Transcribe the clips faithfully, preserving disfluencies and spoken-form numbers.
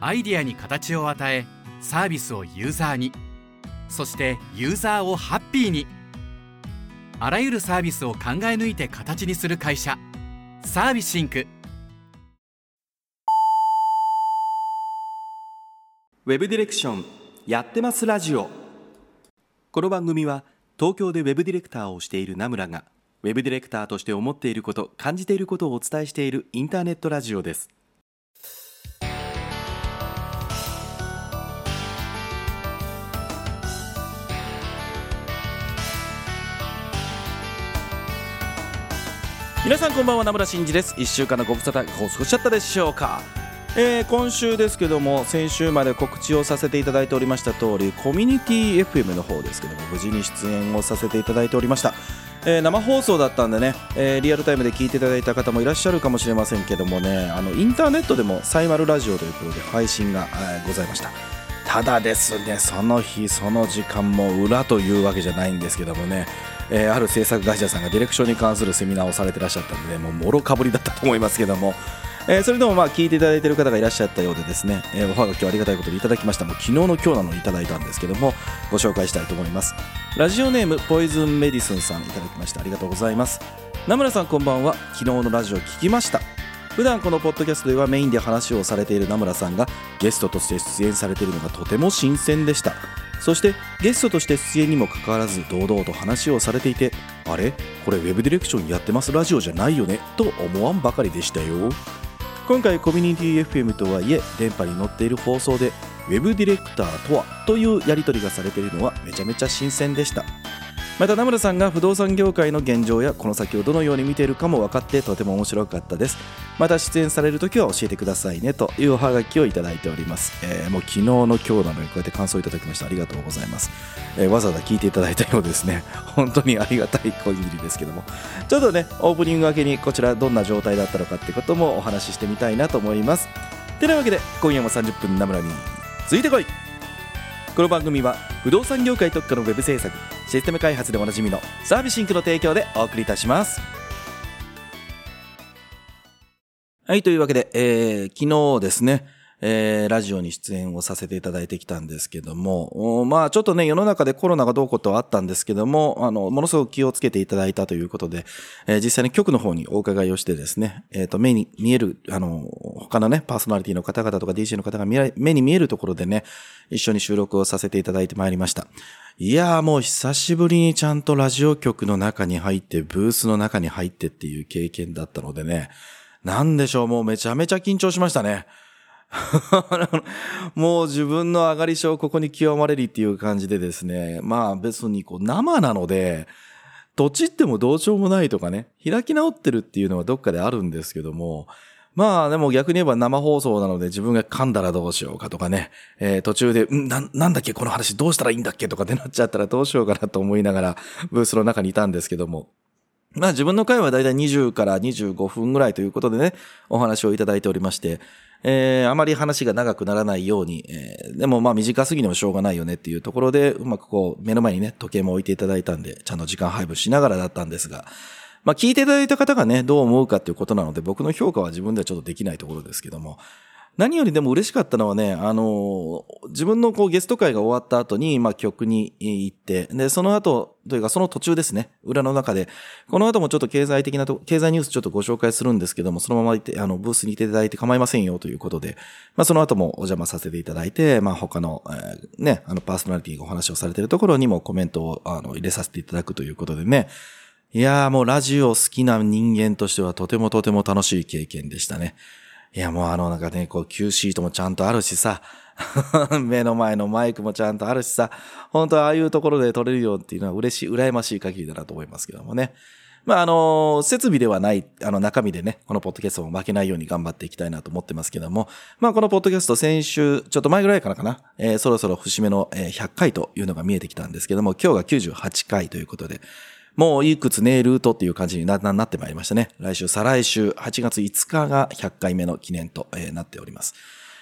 アイデアに形を与え、サービスをユーザーに、そしてユーザーをハッピーに。あらゆるサービスを考え抜いて形にする会社、サービシンク。 ウェブディレクションやってますラジオ。この番組は東京でウェブディレクターをしている名村がウェブディレクターとして思っていること、感じていることをお伝えしているインターネットラジオです。皆さんこんばんは、名村真司です。いっしゅうかんのご無沙汰お過ごしちゃったでしょうか。えー、今週ですけども、先週まで告知をさせていただいておりました通り、コミュニティ エフエム の方ですけども、無事に出演をさせていただいておりました。えー、生放送だったんでね、えー、リアルタイムで聞いていただいた方もいらっしゃるかもしれませんけどもね、あのインターネットでもサイマルラジオということで配信が、えー、ございました。ただですね、その日その時間も裏というわけじゃないんですけどもね、えー、ある制作会社さんがディレクションに関するセミナーをされてらっしゃったので、もうもろかぶりだったと思いますけども、えー、それでもまあ聞いていただいている方がいらっしゃったようでですね、えー、おはがきをありがたいことでいただきました。もう昨日の今日なのにいただいたんですけども、ご紹介したいと思います。ラジオネームポイズンメディスンさんいただきました。ありがとうございます。名村さんこんばんは。昨日のラジオ聞きました。普段このポッドキャストではメインで話をされている名村さんがゲストとして出演されているのがとても新鮮でした。そしてゲストとして出演にもかかわらず堂々と話をされていて、あれこれウェブディレクションやってますラジオじゃないよねと思わんばかりでしたよ。今回コミュニティ エフエム とはいえ電波に乗っている放送でウェブディレクターとはというやり取りがされているのはめちゃめちゃ新鮮でした。また名村さんが不動産業界の現状やこの先をどのように見ているかも分かってとても面白かったです。また出演されるときは教えてくださいねというおはがきをいただいております。えー、もう昨日の今日なのにこうやって感想いただきました。ありがとうございます。えー、わざわざ聞いていただいたようですね。本当にありがたい限りですけども、ちょっとねオープニング明けにこちらどんな状態だったのかってこともお話ししてみたいなと思います。てなわけで今夜もさんじゅっぷん名村についてこい。この番組は不動産業界特化のウェブ制作、システム開発でおなじみのサービシンクの提供でお送りいたします。はい、というわけで、えー、昨日ですね、えー、ラジオに出演をさせていただいてきたんですけども、まあちょっとね世の中でコロナがどうこうとはあったんですけども、あのものすごく気をつけていただいたということで、えー、実際に局の方にお伺いをしてですね、えっと目に見えるあの他のねパーソナリティの方々とか ディージェー の方が目に見えるところでね一緒に収録をさせていただいてまいりました。いやーもう久しぶりにちゃんとラジオ局の中に入ってブースの中に入ってっていう経験だったのでね、なんでしょう、もうめちゃめちゃ緊張しましたね。もう自分の上がり症ここに極まれりっていう感じでですね、まあ別にこう生なのでどっちってもどうしようもないとかね、開き直ってるっていうのはどっかであるんですけども、まあでも逆に言えば生放送なので自分が噛んだらどうしようかとかね、えー、途中でんな、なんだっけこの話どうしたらいいんだっけとかってなっちゃったらどうしようかなと思いながらブースの中にいたんですけども、まあ自分の回はだいたいにじゅうからにじゅうごふんぐらいということでねお話をいただいておりまして、えー、あまり話が長くならないように、えー、でもまあ短すぎてもしょうがないよねっていうところでうまくこう目の前にね時計も置いていただいたんでちゃんと時間配分しながらだったんですが、まあ聞いていただいた方がねどう思うかっていうことなので僕の評価は自分ではちょっとできないところですけども、何よりでも嬉しかったのはね、あのー、自分のこうゲスト会が終わった後に、まあ、局に行って、で、その後、というかその途中ですね、裏の中で、この後もちょっと経済的なと、経済ニュースちょっとご紹介するんですけども、そのままいて、あの、ブースにいていただいて構いませんよということで、まあ、その後もお邪魔させていただいて、まあ、他の、えー、ね、あの、パーソナリティがお話をされているところにもコメントを、あの、入れさせていただくということでね、いやーもうラジオ好きな人間としてはとてもとても楽しい経験でしたね。いやもうあのなんかね、こう キューシー ともちゃんとあるしさ、目の前のマイクもちゃんとあるしさ、本当ああいうところで撮れるよっていうのは嬉しい、羨ましい限りだなと思いますけどもね。まああの、設備ではない、あの中身でね、このポッドキャストも負けないように頑張っていきたいなと思ってますけども、まあこのポッドキャスト先週、ちょっと前ぐらいからかな、えー、そろそろ節目のひゃっかいというのが見えてきたんですけども、今日がきゅうじゅうはちかいということで、もういくつねルートっていう感じに な, なってまいりましたね。来週再来週はちがついつかがひゃっかいめの記念と、えー、なっております。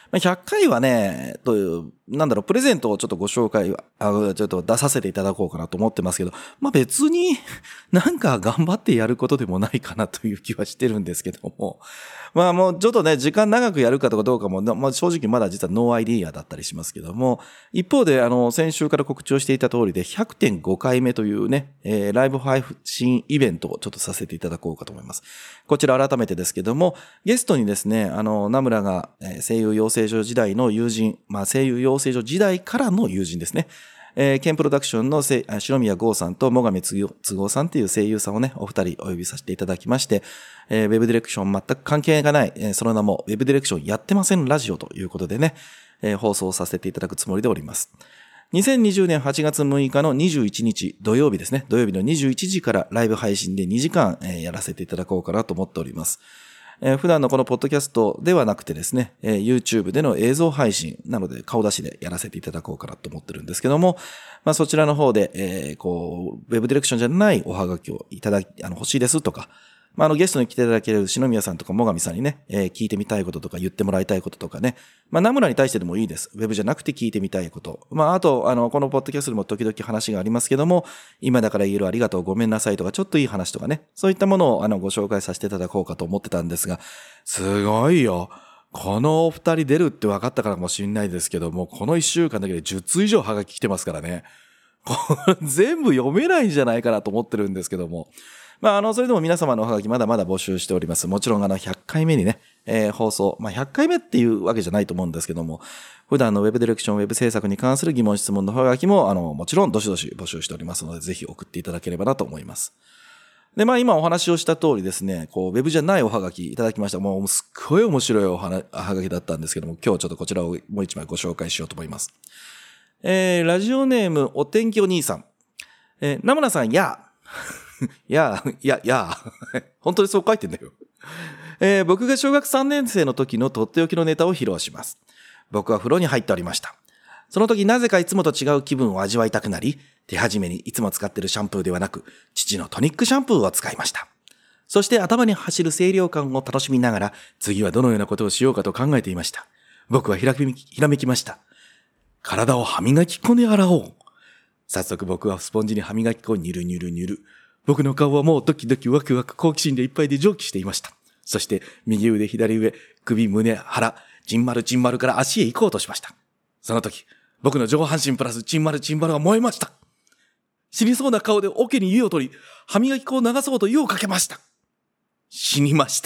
ひゃっかいはね、という、なんだろう、プレゼントをちょっとご紹介、あちょっと出させていただこうかなと思ってますけど、まあ別になんか頑張ってやることでもないかなという気はしてるんですけども、まあもうちょっとね、時間長くやるかとかどうかも、まあ正直まだ実はノーアイディアだったりしますけども、一方であの、先週から告知をしていた通りで ひゃくてんごかいめというね、えー、ライブ配信イベントをちょっとさせていただこうかと思います。こちら改めてですけども、ゲストにですね、あの、名村が声優養成所時代の友人、まあ声優養成所時代からの友人ですね。えー、ケンプロダクションの篠宮剛さんと最上都合さんという声優さんをね、お二人お呼びさせていただきまして、えー、ウェブディレクション全く関係がない、えー、その名もウェブディレクションやってませんラジオということでね、えー、放送させていただくつもりでおります。にせんにじゅうねんはちがつむいかのにじゅういちにち土曜日ですね、土曜日のにじゅういちじからライブ配信でにじかん、えー、やらせていただこうかなと思っております。えー、普段のこのポッドキャストではなくてですね、えー、YouTube での映像配信なので顔出しでやらせていただこうかなと思ってるんですけども、まあそちらの方で、えー、こう、ウェブディレクションじゃないおはがきをいただき、あの、欲しいですとか、まああのゲストに来ていただける篠宮さんとか最上さんにね、えー、聞いてみたいこととか言ってもらいたいこととかね、まあ名村に対してでもいいです。ウェブじゃなくて聞いてみたいこと。まああと、あの、このポッドキャストでも時々話がありますけども、今だから言えるありがとうごめんなさいとか、ちょっといい話とかね、そういったものをあのご紹介させていただこうかと思ってたんですが、すごいよ。このお二人出るって分かったからかもしれないですけども、この一週間だけでじゅっつう以上ハガキ来てますからね。これ全部読めないんじゃないかなと思ってるんですけども。まあ、あの、それでも皆様のおはがきまだまだ募集しております。もちろんあの、ひゃっかいめにね、えー、放送。まあ、ひゃっかいめっていうわけじゃないと思うんですけども、普段のウェブディレクション、ウェブ制作に関する疑問質問のおはがきも、あの、もちろんどしどし募集しておりますので、ぜひ送っていただければなと思います。で、まあ今お話をした通りですね、こう、ウェブじゃないおはがきいただきました。もうすっごい面白いおはがきだったんですけども、今日ちょっとこちらをもう一枚ご紹介しようと思います。えー、ラジオネーム、お天気お兄さん。えー、名村さん、やいや、いや、いや、本当にそう書いてんだよ。えー、僕が小学さんねん生の時のとっておきのネタを披露します。僕は風呂に入っておりました。その時なぜかいつもと違う気分を味わいたくなり、手始めにいつも使っているシャンプーではなく、父のトニックシャンプーを使いました。そして頭に走る清涼感を楽しみながら、次はどのようなことをしようかと考えていました。僕はひらめき、ひらめきました。体を歯磨き粉で洗おう。早速僕はスポンジに歯磨き粉をニュルニュルニュル。僕の顔はもうドキドキワクワク好奇心でいっぱいで蒸気していました。そして右腕左上、首、胸、腹、チンマルチンマルから足へ行こうとしました。その時、僕の上半身プラスチンマルチンマルが燃えました。死にそうな顔で桶に湯を取り、歯磨き粉を流そうと湯をかけました。死にました。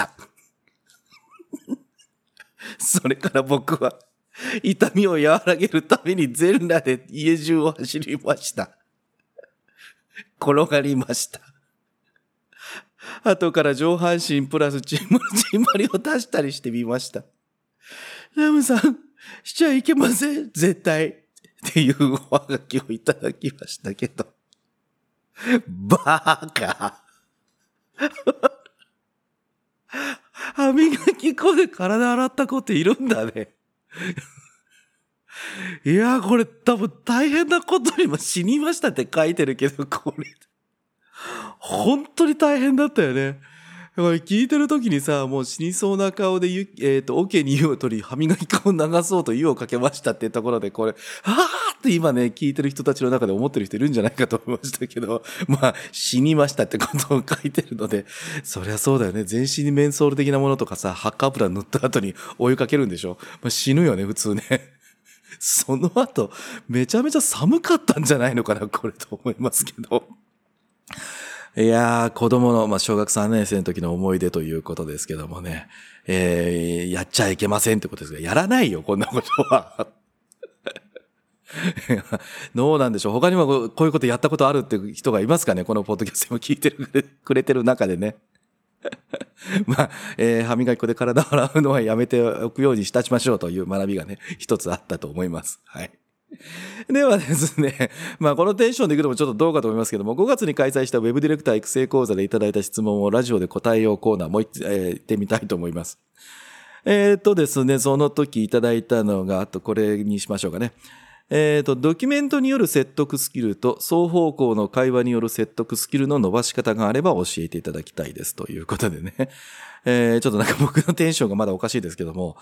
それから僕は痛みを和らげるために全裸で家中を走りました。転がりました。後から上半身プラスチンマルチンマリを出したりしてみました。ラムさん、しちゃいけません、絶対。っていうおはがきをいただきましたけど。バーカ。歯磨き粉で体洗った子っているんだね。いや、これ多分大変なことにも死にましたって書いてるけど、これ。本当に大変だったよね。これ聞いてる時にさ、もう死にそうな顔で、えっと、桶に湯を取り、歯磨き粉を流そうと湯をかけましたっていうところで、これ、あーって今ね、聞いてる人たちの中で思ってる人いるんじゃないかと思いましたけど、まあ、死にましたってことを書いてるので、そりゃそうだよね。全身にメンソール的なものとかさ、ハッカー油塗った後にお湯かけるんでしょ。まあ、死ぬよね、普通ね。その後、めちゃめちゃ寒かったんじゃないのかな、これと思いますけど。いやー、子供の、まあ、小学さんねん生の時の思い出ということですけどもね。えー、やっちゃいけませんってことですが、やらないよ、こんなことは。どうなんでしょう。他にもこういうことやったことあるっていう人がいますかね、このポッドキャストも聞いてるくれてる中でね。まあ、えー、歯磨き粉で体を洗うのはやめておくようにしたしましょうという学びがね、一つあったと思います。はい。ではですね、まあこのテンションでいくのもちょっとどうかと思いますけども、ごがつに開催したウェブディレクター育成講座でいただいた質問をラジオで答えようコーナーもう一つ、えー、行ってみたいと思います。えーとですね、その時いただいたのが、あとこれにしましょうかね。えーと、ドキュメントによる説得スキルと双方向の会話による説得スキルの伸ばし方があれば教えていただきたいですということでね。えー、ちょっとなんか僕のテンションがまだおかしいですけども、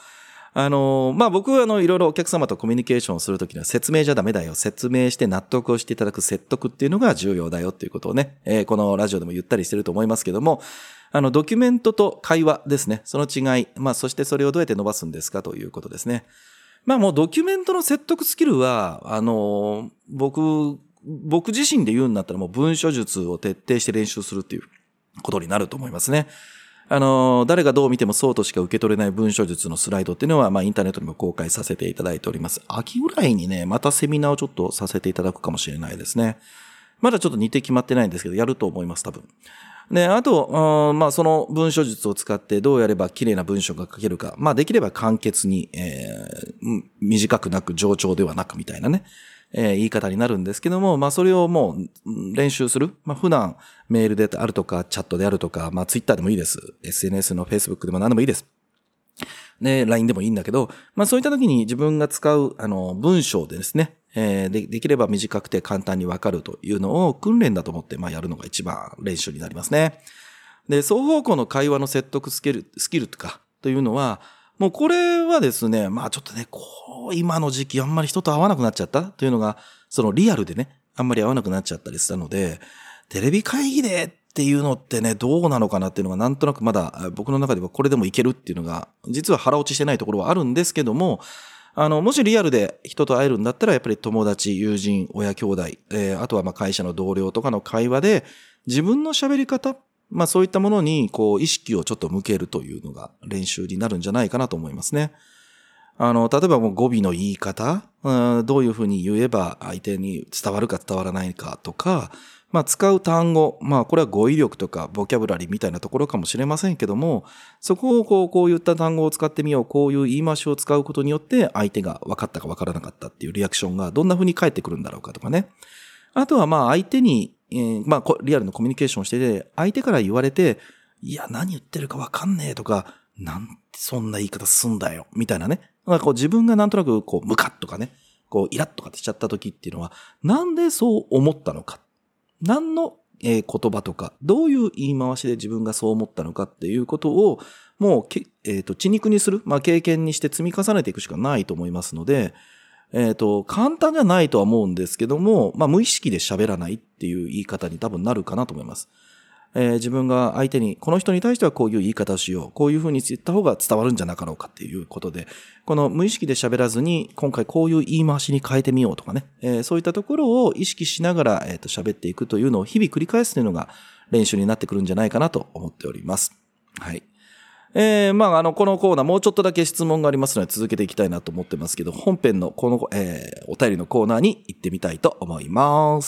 あの、まあ、僕はあの、いろいろお客様とコミュニケーションをするときには説明じゃダメだよ。説明して納得をしていただく説得っていうのが重要だよっていうことをね、えー、このラジオでも言ったりしてると思いますけども、あの、ドキュメントと会話ですね。その違い。まあ、そしてそれをどうやって伸ばすんですかということですね。まあ、もうドキュメントの説得スキルは、あの、僕、僕自身で言うんだったらもう文書術を徹底して練習するっていうことになると思いますね。あの、誰がどう見てもそうとしか受け取れない文書術のスライドっていうのは、まあ、インターネットにも公開させていただいております。秋ぐらいにね、またセミナーをちょっとさせていただくかもしれないですね。まだちょっと日程決まってないんですけど、やると思います、多分。で、あと、まあ、その文書術を使ってどうやれば綺麗な文章が書けるか。まあ、できれば簡潔に、えー、短くなく冗長ではなくみたいなね。えー、言い方になるんですけども、まあそれをもう練習する。まあ普段メールであるとかチャットであるとか、まあツイッターでもいいです。エスエヌエス の Facebook でも何でもいいです。ね、ライン でもいいんだけど、まあそういった時に自分が使うあの文章でですね、えー、で、できれば短くて簡単にわかるというのを訓練だと思ってまあやるのが一番練習になりますね。で、双方向の会話の説得スキル、スキルとかというのは、もうこれはですね、まあちょっとね、こう、今の時期あんまり人と会わなくなっちゃったというのが、そのリアルでね、あんまり会わなくなっちゃったりしたので、テレビ会議でっていうのってね、どうなのかなっていうのがなんとなくまだ僕の中ではこれでもいけるっていうのが、実は腹落ちしてないところはあるんですけども、あの、もしリアルで人と会えるんだったら、やっぱり友達、友人、親兄弟、えー、あとはまあ会社の同僚とかの会話で、自分の喋り方、まあそういったものにこう意識をちょっと向けるというのが練習になるんじゃないかなと思いますね。あの、例えばもう語尾の言い方、うん、どういうふうに言えば相手に伝わるか伝わらないかとか、まあ使う単語、まあこれは語彙力とかボキャブラリーみたいなところかもしれませんけども、そこをこう、こういった単語を使ってみよう、こういう言い回しを使うことによって相手が分かったか分からなかったっていうリアクションがどんなふうに返ってくるんだろうかとかね。あとはまあ相手に、えー、まあリアルのコミュニケーションをしてて、相手から言われて、いや何言ってるか分かんねえとか、なんてそんな言い方すんだよ、みたいなね。こう自分がなんとなくこうムカッとかね、こうイラッとかってしちゃった時っていうのは、なんでそう思ったのか。何の言葉とか、どういう言い回しで自分がそう思ったのかっていうことを、もうけ、えっと、血肉にする、まあ経験にして積み重ねていくしかないと思いますので、えっと、簡単じゃないとは思うんですけども、まあ無意識で喋らないっていう言い方に多分なるかなと思います。えー、自分が相手に、この人に対してはこういう言い方をしよう。こういうふうに言った方が伝わるんじゃなかろうかっていうことで、この無意識で喋らずに、今回こういう言い回しに変えてみようとかね、えー、そういったところを意識しながら、えっと、喋っていくというのを日々繰り返すというのが練習になってくるんじゃないかなと思っております。はい。えー、まあ、あの、このコーナーもうちょっとだけ質問がありますので続けていきたいなと思ってますけど、本編のこの、えー、お便りのコーナーに行ってみたいと思います。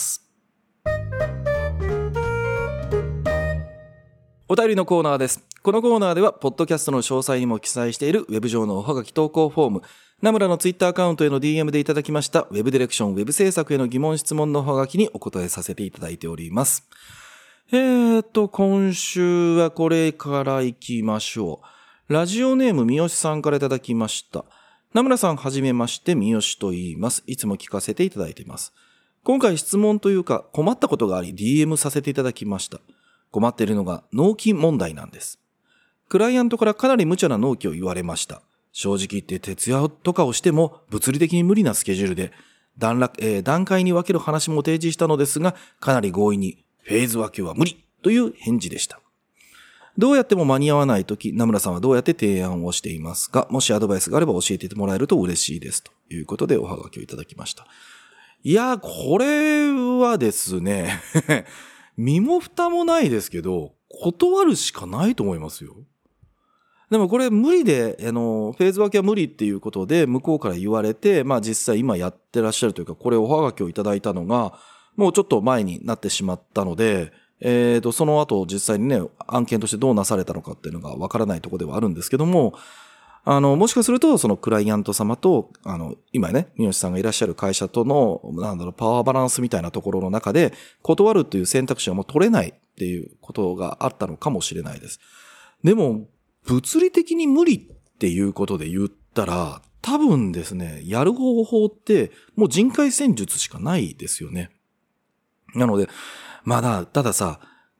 お便りのコーナーです。このコーナーでは、ポッドキャストの詳細にも記載しているウェブ上のおはがき投稿フォーム、ナムラのツイッターアカウントへの ディーエム でいただきましたウェブディレクション、ウェブ制作への疑問質問のおはがきにお答えさせていただいております。えーと、今週はこれから行きましょう。ラジオネーム三好さんからいただきました。ナムラさんはじめまして三好と言います。いつも聞かせていただいています。今回質問というか困ったことがあり ディーエム させていただきました。困っているのが納期問題なんです。クライアントからかなり無茶な納期を言われました。正直言って徹夜とかをしても物理的に無理なスケジュールで段落、えー、段階に分ける話も提示したのですが、かなり強引にフェーズ分けは無理という返事でした。どうやっても間に合わないとき、名村さんはどうやって提案をしていますか？もしアドバイスがあれば教えてもらえると嬉しいですということでおはがきをいただきました。いや、これはですね身も蓋もないですけど、断るしかないと思いますよ。でもこれ無理で、あの、フェーズ分けは無理っていうことで向こうから言われて、まあ実際今やってらっしゃるというか、これおはがきをいただいたのが、もうちょっと前になってしまったので、えーと、その後実際にね、案件としてどうなされたのかっていうのがわからないところではあるんですけども、あの、もしかすると、そのクライアント様と、あの、今ね、三好さんがいらっしゃる会社との、なんだろう、パワーバランスみたいなところの中で、断るという選択肢はもう取れないっていうことがあったのかもしれないです。でも、物理的に無理っていうことで言ったら、多分ですね、やる方法って、もう人海戦術しかないですよね。なので、まだ、たださ、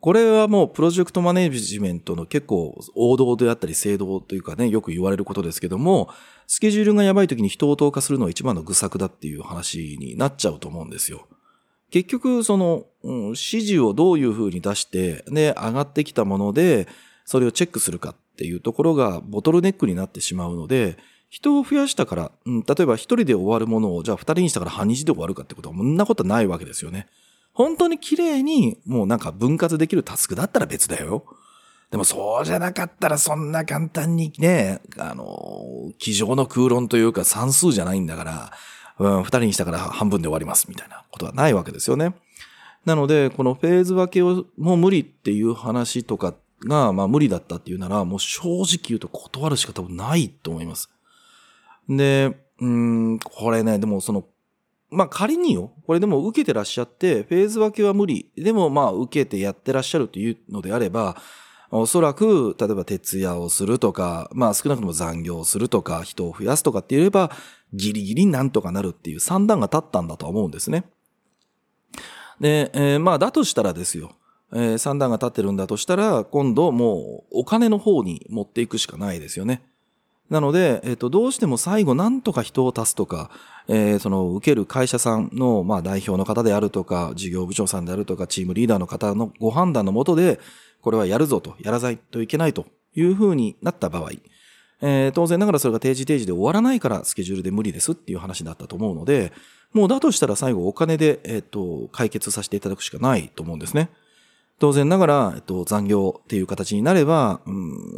これはもうプロジェクトマネジメントの結構王道であったり正道というかね、よく言われることですけども、スケジュールがやばい時に人を投下するのが一番の愚策だっていう話になっちゃうと思うんですよ。結局その、うん、指示をどういう風に出してで上がってきたものでそれをチェックするかっていうところがボトルネックになってしまうので、人を増やしたから、うん、例えば一人で終わるものをじゃあ二人にしたから半日で終わるかってことはそんなことはないわけですよね。本当に綺麗にもうなんか分割できるタスクだったら別だよ。でもそうじゃなかったらそんな簡単にね、あの、机上の空論というか算数じゃないんだから、うん、二人にしたから半分で終わりますみたいなことはないわけですよね。なので、このフェーズ分けをもう無理っていう話とかが、まあ無理だったっていうなら、もう正直言うと断るしか多分ないと思います。で、うーん、これね、でもその、まあ仮によ、これでも受けてらっしゃって、フェーズ分けは無理。でもまあ受けてやってらっしゃるというのであれば、おそらく、例えば徹夜をするとか、まあ少なくとも残業をするとか、人を増やすとかって言えば、ギリギリなんとかなるっていう算段が立ったんだとは思うんですね。で、えー、まあだとしたらですよ、えー、算段が立ってるんだとしたら、今度もうお金の方に持っていくしかないですよね。なので、えっと、どうしても最後なんとか人を足すとか、えー、その受ける会社さんの、まあ代表の方であるとか、事業部長さんであるとか、チームリーダーの方のご判断のもとで、これはやるぞと、やらないといけないというふうになった場合、えー、当然ながらそれが定時定時で終わらないからスケジュールで無理ですっていう話だったと思うので、もうだとしたら最後お金で、えっと、解決させていただくしかないと思うんですね。当然ながら、えっと、残業っていう形になれば、うん、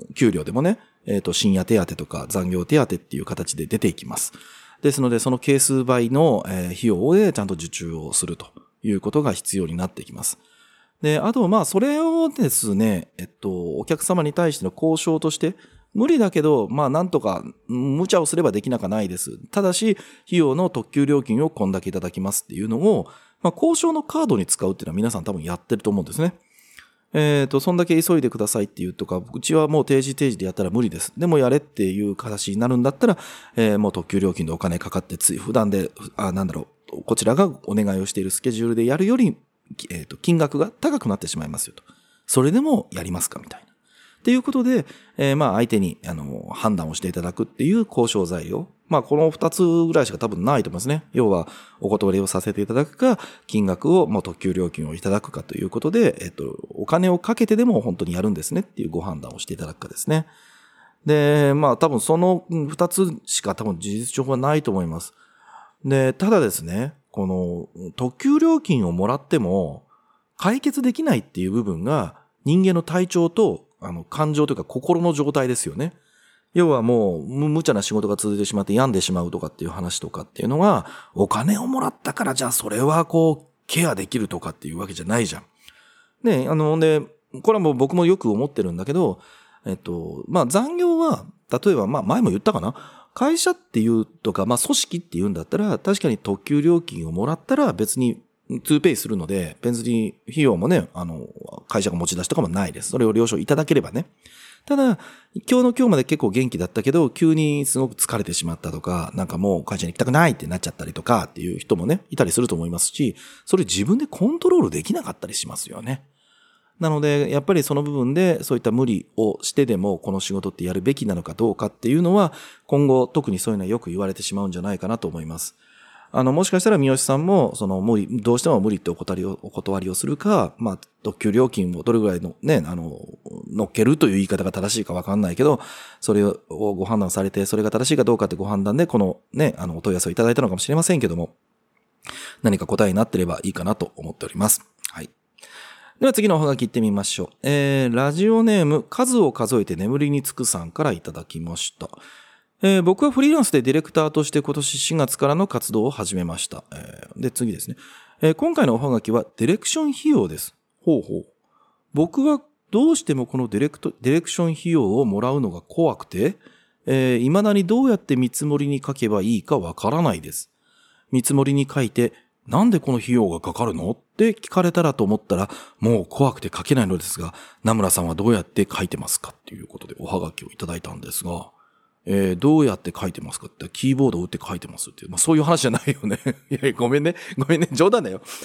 給料でもね、えっと、深夜手当とか残業手当っていう形で出ていきます。ですので、その係数倍の、えー、費用でちゃんと受注をするということが必要になってきます。で、あと、まあ、それをですね、えっと、お客様に対しての交渉として、無理だけど、まあ、なんとか、無茶をすればできなくはないです。ただし、費用の特急料金をこんだけいただきますっていうのを、まあ、交渉のカードに使うっていうのは皆さん多分やってると思うんですね。えっと、そんだけ急いでくださいっていうとか、うちはもう定時定時でやったら無理です。でもやれっていう形になるんだったら、えー、もう特急料金でお金かかってつい、普段で、あ、なんだろう、こちらがお願いをしているスケジュールでやるより、えっと、金額が高くなってしまいますよと。それでもやりますかみたいな。っていうことで、えー、まあ相手に、あの、判断をしていただくっていう交渉材料。まあこの二つぐらいしか多分ないと思いますね。要は、お断りをさせていただくか、金額を、もう特急料金をいただくかということで、えっと、お金をかけてでも本当にやるんですねっていうご判断をしていただくかですね。で、まあ多分その二つしか多分事実上はないと思います。で、ただですね、この特急料金をもらっても解決できないっていう部分が人間の体調とあの感情というか心の状態ですよね。要はもう無茶な仕事が続いてしまって病んでしまうとかっていう話とかっていうのが、お金をもらったからじゃあそれはこうケアできるとかっていうわけじゃないじゃん。ね、あのでこれはもう僕もよく思ってるんだけど、えっとまあ残業は例えばまあ前も言ったかな。会社っていうとか、まあ組織っていうんだったら、確かに特急料金をもらったら別にツーペイするので、別に費用もね、あの、会社が持ち出しとかもないです。それを了承いただければね。ただ、今日の今日まで結構元気だったけど、急にすごく疲れてしまったとか、なんかもう会社に行きたくないってなっちゃったりとかっていう人もね、いたりすると思いますし、それ自分でコントロールできなかったりしますよね。なので、やっぱりその部分でそういった無理をしてでもこの仕事ってやるべきなのかどうかっていうのは、今後特にそういうのはよく言われてしまうんじゃないかなと思います。あの、もしかしたら三好さんも、その無理、どうしても無理ってお断りを、お断りをするか、まあ、特急料金をどれぐらいのね、あの、乗っけるという言い方が正しいかわかんないけど、それをご判断されて、それが正しいかどうかってご判断で、このね、あの、お問い合わせをいただいたのかもしれませんけども、何か答えになってればいいかなと思っております。はい。では次のおはがき行ってみましょう。えー、ラジオネーム、数を数えて眠りにつくさんからいただきました。えー、僕はフリーランスでディレクターとして今年しがつからの活動を始めました。えー、で、次ですね、えー。今回のおはがきはディレクション費用です。ほうほう。僕はどうしてもこのディレクト、ディレクション費用をもらうのが怖くて、えー、未だにどうやって見積もりに書けばいいかわからないです。見積もりに書いて、なんでこの費用がかかるのって聞かれたらと思ったら、もう怖くて書けないのですが、名村さんはどうやって書いてますかっていうことでおはがきをいただいたんですが、えー、どうやって書いてますかって、キーボードを打って書いてますっていう、まあそういう話じゃないよね。いや、ごめんね。ごめんね。冗談だよ。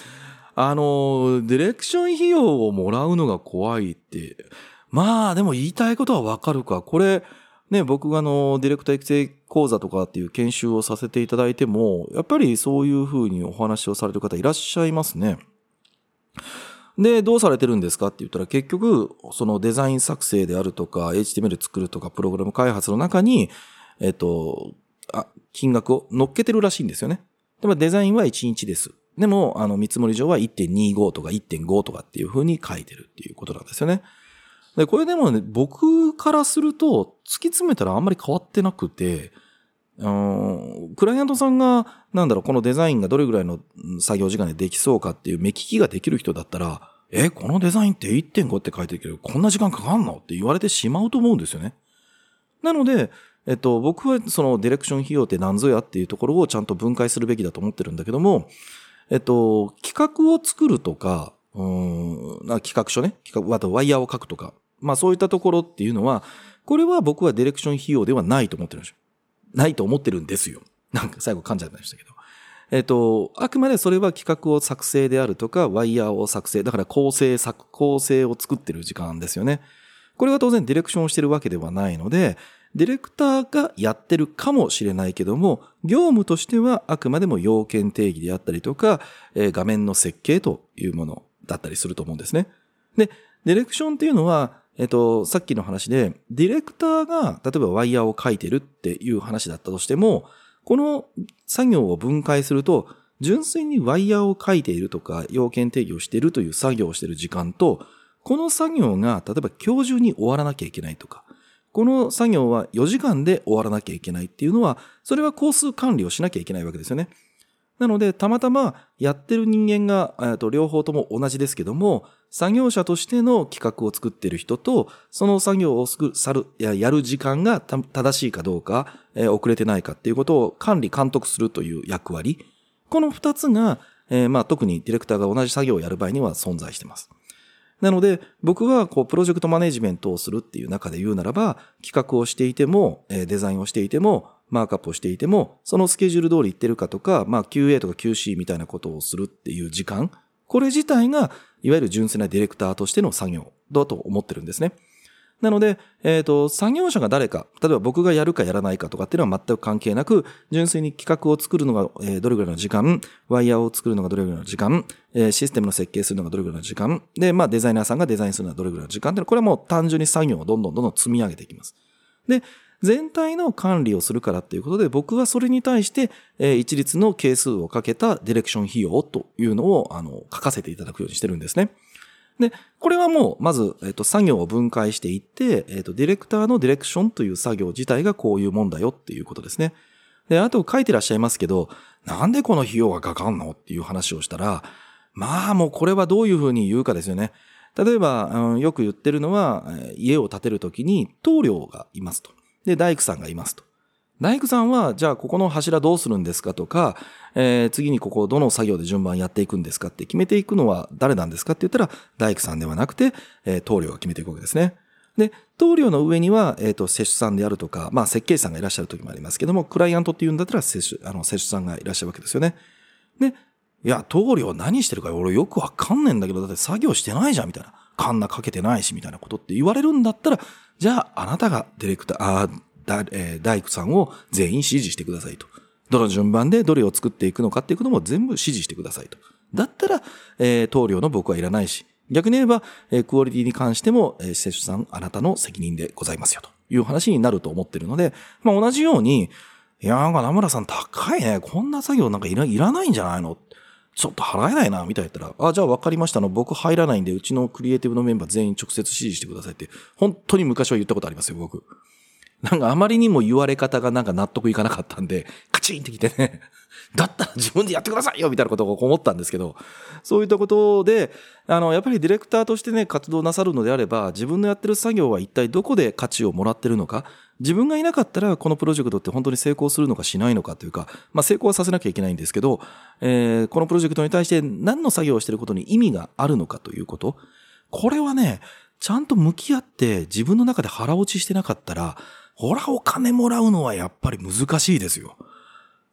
あの、ディレクション費用をもらうのが怖いって、まあでも言いたいことはわかるか。これ、ね、僕があの、ディレクター育成講座とかっていう研修をさせていただいても、やっぱりそういうふうにお話をされる方いらっしゃいますね。で、どうされてるんですかって言ったら結局、そのデザイン作成であるとか、エイチティーエムエル 作るとか、プログラム開発の中に、えっと、あ、金額を乗っけてるらしいんですよね。でもデザインはいちにちです。でも、あの、見積もり上は いってんにじゅうご とか いってんご とかっていう風に書いてるっていうことなんですよね。で、これでもね、僕からすると、突き詰めたらあんまり変わってなくて、うーん、クライアントさんが、なんだろう、このデザインがどれぐらいの作業時間でできそうかっていう目利きができる人だったら、え、このデザインって いってんご って書いてるけど、こんな時間かかんのって言われてしまうと思うんですよね。なので、えっと、僕はそのディレクション費用って何ぞやっていうところをちゃんと分解するべきだと思ってるんだけども、えっと、企画を作るとか、うーん、企画書ね、企画、あとワイヤーを書くとか、まあそういったところっていうのは、これは僕はディレクション費用ではないと思ってるんですよ。ないと思ってるんですよ。なんか最後噛んじゃいましたけど。えっと、あくまでそれは企画を作成であるとか、ワイヤーを作成、だから構成作、構成を作ってる時間ですよね。これは当然ディレクションをしてるわけではないので、ディレクターがやってるかもしれないけども、業務としてはあくまでも要件定義であったりとか、えー、画面の設計というものだったりすると思うんですね。で、ディレクションっていうのは、えっと、さっきの話で、ディレクターが、例えばワイヤーを書いてるっていう話だったとしても、この作業を分解すると、純粋にワイヤーを書いているとか、要件定義をしているという作業をしている時間と、この作業が、例えば今日中に終わらなきゃいけないとか、この作業はよじかんで終わらなきゃいけないっていうのは、それは工数管理をしなきゃいけないわけですよね。なので、たまたまやってる人間が、えっと、両方とも同じですけども、作業者としての企画を作っている人と、その作業をする、や、やる時間がた正しいかどうか、えー、遅れてないかっていうことを管理監督するという役割。この二つが、えー、まあ特にディレクターが同じ作業をやる場合には存在しています。なので、僕はこうプロジェクトマネジメントをするっていう中で言うならば、企画をしていても、デザインをしていても、マークアップをしていても、そのスケジュール通りいってるかとか、まあ キューエー とか キューシー みたいなことをするっていう時間、これ自体が、いわゆる純粋なディレクターとしての作業だと思ってるんですね。なので、えっと、作業者が誰か、例えば僕がやるかやらないかとかっていうのは全く関係なく、純粋に企画を作るのが、えー、どれぐらいの時間、ワイヤーを作るのがどれぐらいの時間、えー、システムの設計するのがどれぐらいの時間、で、まあデザイナーさんがデザインするのはどれぐらいの時間っていうのは、これはもう単純に作業をどんどんどんどん積み上げていきます。で、全体の管理をするからっていうことで、僕はそれに対して、えー、一律の係数をかけたディレクション費用というのを、あの、書かせていただくようにしてるんですね。で、これはもう、まず、えっと、作業を分解していって、えっと、ディレクターのディレクションという作業自体がこういうもんだよっていうことですね。で、あと書いてらっしゃいますけど、なんでこの費用がかかんのっていう話をしたら、まあもうこれはどういうふうに言うかですよね。例えば、うん、よく言ってるのは、家を建てるときに棟梁がいますと。で、大工さんがいますと。大工さんは、じゃあここの柱どうするんですかとか、えー、次にここどの作業で順番やっていくんですかって決めていくのは誰なんですかって言ったら、大工さんではなくて、えー、棟梁が決めていくわけですね。で、棟梁の上には、えっと、施主さんであるとか、まあ設計士さんがいらっしゃる時もありますけども、クライアントっていうんだったら、施主、あの、施主さんがいらっしゃるわけですよね。で、いや、棟梁何してるか俺よくわかんねえんだけど、だって作業してないじゃん、みたいな。カンナかけてないし、みたいなことって言われるんだったら、じゃあ、あなたがディレクター、あだえー、大工さんを全員指示してくださいと。どの順番でどれを作っていくのかっていうことも全部指示してくださいと。だったら、えー、棟梁の僕はいらないし、逆に言えば、えー、クオリティに関しても、えー、施主さん、あなたの責任でございますよという話になると思ってるので、まあ同じように、いやー、名村さん高いね。こんな作業なんかいら、いらないんじゃないの？ちょっと払えないな、みたいな言ったら、あ、じゃあ分かりましたの。僕入らないんで、うちのクリエイティブのメンバー全員直接指示してくださいって、本当に昔は言ったことありますよ、僕。なんかあまりにも言われ方がなんか納得いかなかったんで、カチンってきてね、だったら自分でやってくださいよみたいなことを思ったんですけど、そういったことで、あの、やっぱりディレクターとしてね、活動なさるのであれば、自分のやってる作業は一体どこで価値をもらってるのか、自分がいなかったらこのプロジェクトって本当に成功するのかしないのかというか、まあ成功はさせなきゃいけないんですけど、えー、このプロジェクトに対して何の作業をしていることに意味があるのかということ、これはね、ちゃんと向き合って自分の中で腹落ちしてなかったら、ほらお金もらうのはやっぱり難しいですよ。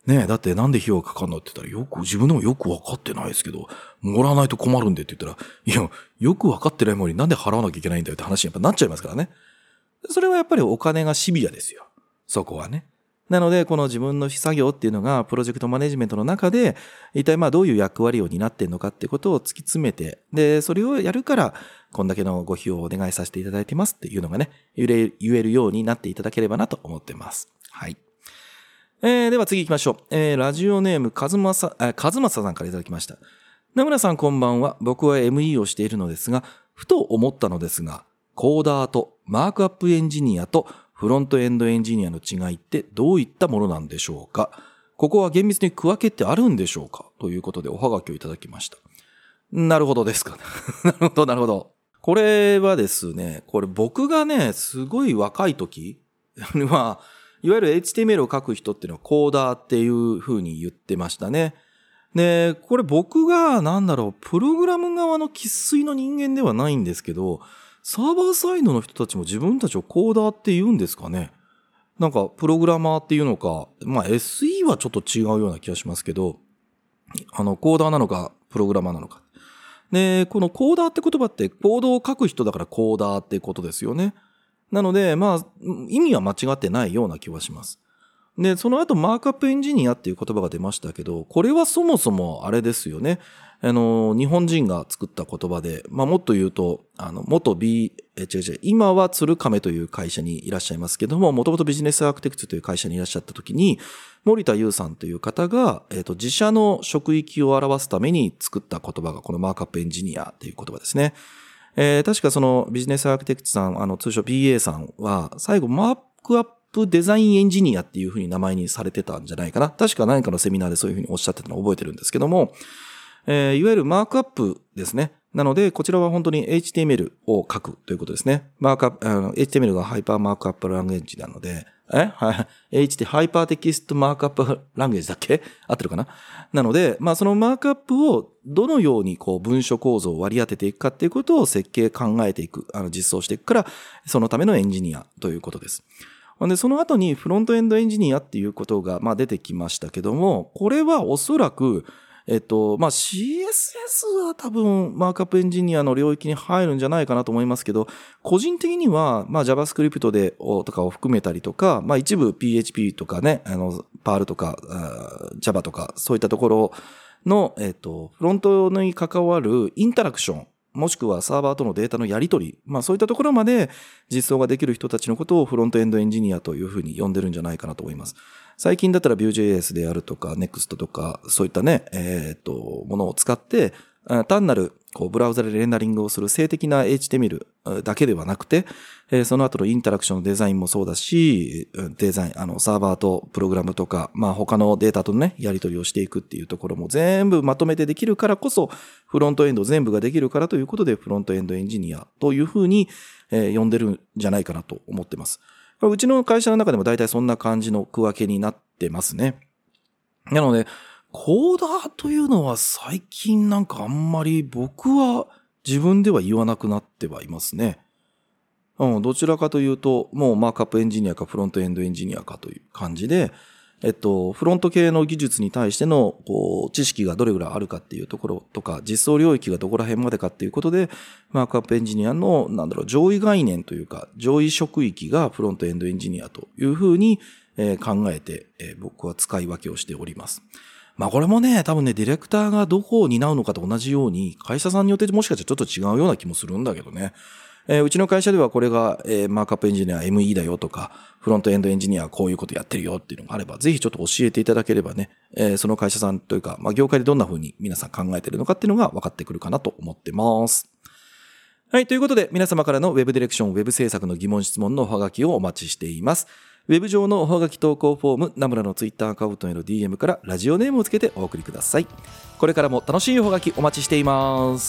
ねえ、だってなんで費用がかかるのって言ったら、よく、自分でもよくわかってないですけど、もらわないと困るんでって言ったら、いや、よくわかってないものになんで払わなきゃいけないんだよって話にやっぱなっちゃいますからね。それはやっぱりお金がシビアですよ。そこはね。なので、この自分の作業っていうのが、プロジェクトマネジメントの中で、一体まあどういう役割を担っているのかっていうことを突き詰めて、で、それをやるから、こんだけのご費用をお願いさせていただいてますっていうのがね、言えるようになっていただければなと思ってます。はい。えー、では次行きましょう。えー、ラジオネーム、かずまさ、あ、かずまささんからいただきました。名村さんこんばんは。僕は エムイー をしているのですが、ふと思ったのですが、コーダーとマークアップエンジニアとフロントエンドエンジニアの違いってどういったものなんでしょうか。ここは厳密に区分けってあるんでしょうか、ということでおはがきをいただきました。なるほどですか。なるほど、なるほど。これはですね、これ僕がね、すごい若い時は、いわゆる エイチティーエムエル を書く人っていうのはコーダーっていう風に言ってましたね。で、これ僕がなんだろう、プログラム側の生粋の人間ではないんですけど、サーバーサイドの人たちも自分たちをコーダーって言うんですかね。なんかプログラマーっていうのか、まあ エスイー はちょっと違うような気がしますけど、あのコーダーなのかプログラマーなのか。で、このコーダーって言葉ってコードを書く人だからコーダーってことですよね。なので、まあ、意味は間違ってないような気はします。で、その後、マークアップエンジニアっていう言葉が出ましたけど、これはそもそもあれですよね。あの、日本人が作った言葉で、まあ、もっと言うと、あの、元 B、え、違う違う、今は鶴亀という会社にいらっしゃいますけども、もともとビジネスアーキテクツという会社にいらっしゃった時に、森田優さんという方が、えっと、自社の職域を表すために作った言葉が、このマークアップエンジニアっていう言葉ですね。えー、確かそのビジネスアーキテクツさん、あの通称 ビーエー さんは最後マークアップデザインエンジニアっていう風に名前にされてたんじゃないかな。確か何かのセミナーでそういう風におっしゃってたのを覚えてるんですけども、えー、いわゆるマークアップですね。なのでこちらは本当に エイチティーエムエル を書くということですね。マークアップ、あの エイチティーエムエル がハイパーマークアップランゲージなので、えはい。エイチティー ハイパーテキストマークアップランゲージだっけ合ってるかな。なので、まあそのマークアップをどのようにこう文書構造を割り当てていくかっていうことを設計考えていく、あの実装していくから、そのためのエンジニアということです。で、その後にフロントエンドエンジニアっていうことがまあ出てきましたけども、これはおそらくえっと、まあ、シーエスエス は多分、マークアップエンジニアの領域に入るんじゃないかなと思いますけど、個人的には、まあ、JavaScript で、とかを含めたりとか、まあ、一部 ピーエイチピー とかね、あの、パール とか、Java とか、そういったところの、えっと、フロントに関わるインタラクション、もしくはサーバーとのデータのやり取り、まあそういったところまで実装ができる人たちのことをフロントエンドエンジニアというふうに呼んでるんじゃないかなと思います。最近だったら Vue.js であるとか Next とかそういったね、えっと、ものを使って、単なるこうブラウザでレンダリングをする静的な エイチティーエムエル だけではなくて、その後のインタラクションのデザインもそうだし、デザイン、あの、サーバーとプログラムとか、まあ他のデータとね、やり取りをしていくっていうところも全部まとめてできるからこそ、フロントエンド全部ができるからということで、フロントエンドエンジニアというふうに、えー、呼んでるんじゃないかなと思ってます。うちの会社の中でも大体そんな感じの区分けになってますね。なので、コーダーというのは最近なんかあんまり僕は自分では言わなくなってはいますね。うん、どちらかというと、もうマークアップエンジニアかフロントエンドエンジニアかという感じで、えっと、フロント系の技術に対しての、こう、知識がどれぐらいあるかっていうところとか、実装領域がどこら辺までかっていうことで、マークアップエンジニアの、なんだろう、上位概念というか、上位職域がフロントエンドエンジニアというふうに、えー、考えて、えー、僕は使い分けをしております。まあこれもね、多分ね、ディレクターがどこを担うのかと同じように、会社さんによってもしかしたらちょっと違うような気もするんだけどね。えー、うちの会社ではこれが、えー、マークアップエンジニア エムイー だよとか、フロントエンドエンジニアはこういうことやってるよっていうのがあれば、ぜひちょっと教えていただければね、えー、その会社さんというか、まあ業界でどんな風に皆さん考えているのかっていうのが分かってくるかなと思ってます。はい、ということで皆様からのウェブディレクション、ウェブ制作の疑問質問のおはがきをお待ちしています。ウェブ上のおはがき投稿フォーム、ナムラのツイッターアカウントへの ディーエム からラジオネームをつけてお送りください。これからも楽しいおはがきお待ちしています。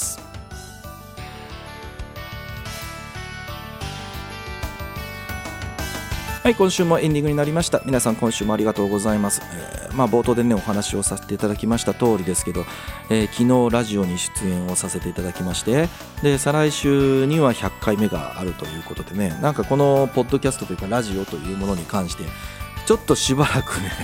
はい、今週もエンディングになりました。皆さん今週もありがとうございます。えー、まあ冒頭でねお話をさせていただきました通りですけど、えー、昨日ラジオに出演をさせていただきまして、で再来週にはひゃっかいめがあるということでね、なんかこのポッドキャストというかラジオというものに関してちょっとしばらくね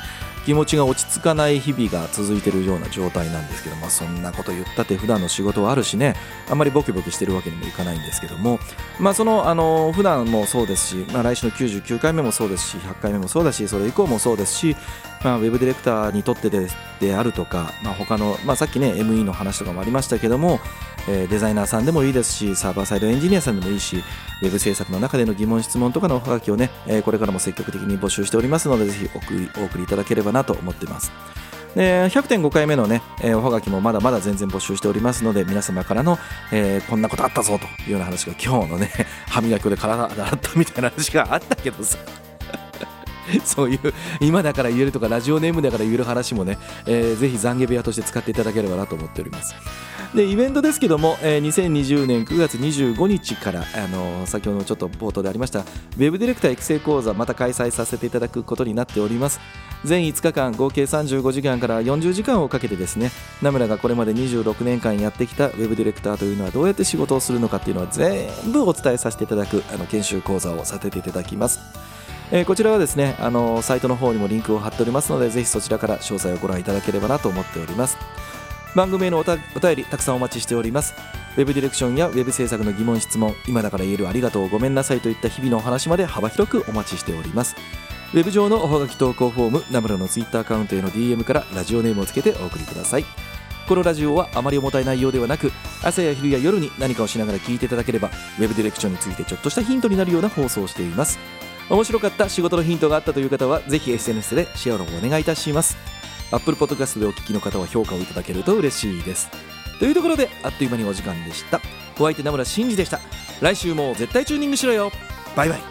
気持ちが落ち着かない日々が続いているような状態なんですけども、そんなこと言ったって普段の仕事はあるしね、あんまりボキボキしてるわけにもいかないんですけども、まあそのあの普段もそうですし、まあ、来週のきゅうじゅうきゅうかいめもそうですし、ひゃっかいめもそうだし、それ以降もそうですし、まあ、ウェブディレクターにとって で, であるとか、まあ、他の、まあ、さっきね エムイー の話とかもありましたけども、えー、デザイナーさんでもいいですし、サーバーサイドエンジニアさんでもいいし、ウェブ制作の中での疑問質問とかのおはがきをね、えー、これからも積極的に募集しておりますので、ぜひお送り、お送りいただければなと思っています。で ひゃくてんごかいめのね、えー、おはがきもまだまだ全然募集しておりますので、皆様からの、えー、こんなことあったぞというような話が、今日のね歯磨き粉で体洗ったみたいな話があったけどさそういう今だから言えるとかラジオネームだから言える話もね、えー、ぜひ懺悔部屋として使っていただければなと思っております。でイベントですけども、えー、にせんにじゅうねんくがつにじゅうごにちから、あのー、先ほどちょっと冒頭でありましたウェブディレクター育成講座、また開催させていただくことになっております。全いつかかん合計さんじゅうごじかんからよんじゅうじかんをかけてですね、名村がこれまでにじゅうろくねんかんやってきたウェブディレクターというのはどうやって仕事をするのかっていうのは全部お伝えさせていただくあの研修講座をさせていただきます。えー、こちらはですね、あのー、サイトの方にもリンクを貼っておりますので、ぜひそちらから詳細をご覧いただければなと思っております。番組へのおたお便りたくさんお待ちしております。ウェブディレクションやウェブ制作の疑問質問、今だから言えるありがとうごめんなさいといった日々のお話まで幅広くお待ちしております。ウェブ上のおはがき投稿フォーム、ナムラのツイッターアカウントへの ディーエム からラジオネームをつけてお送りください。このラジオはあまり重たい内容ではなく、朝や昼や夜に何かをしながら聞いていただければ、ウェブディレクションについてちょっとしたヒントになるような放送をしています。面白かった、仕事のヒントがあったという方はぜひ エスエヌエス でシェアをお願いいたします。 Apple Podcast でお聞きの方は評価をいただけると嬉しいです。というところで、あっという間にお時間でした。お相手名村真司でした。来週も絶対チューニングしろよ。バイバイ。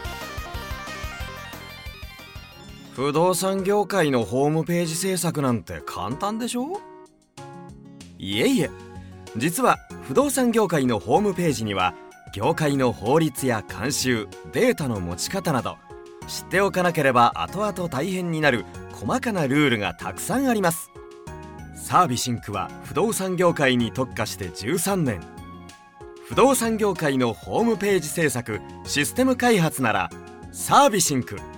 不動産業界のホームページ制作なんて簡単でしょ？いえいえ、実は不動産業界のホームページには業界の法律や慣習、データの持ち方など知っておかなければ後々大変になる細かなルールがたくさんあります。サービシンクは不動産業界に特化してじゅうさんねん。不動産業界のホームページ制作、システム開発ならサービシンク。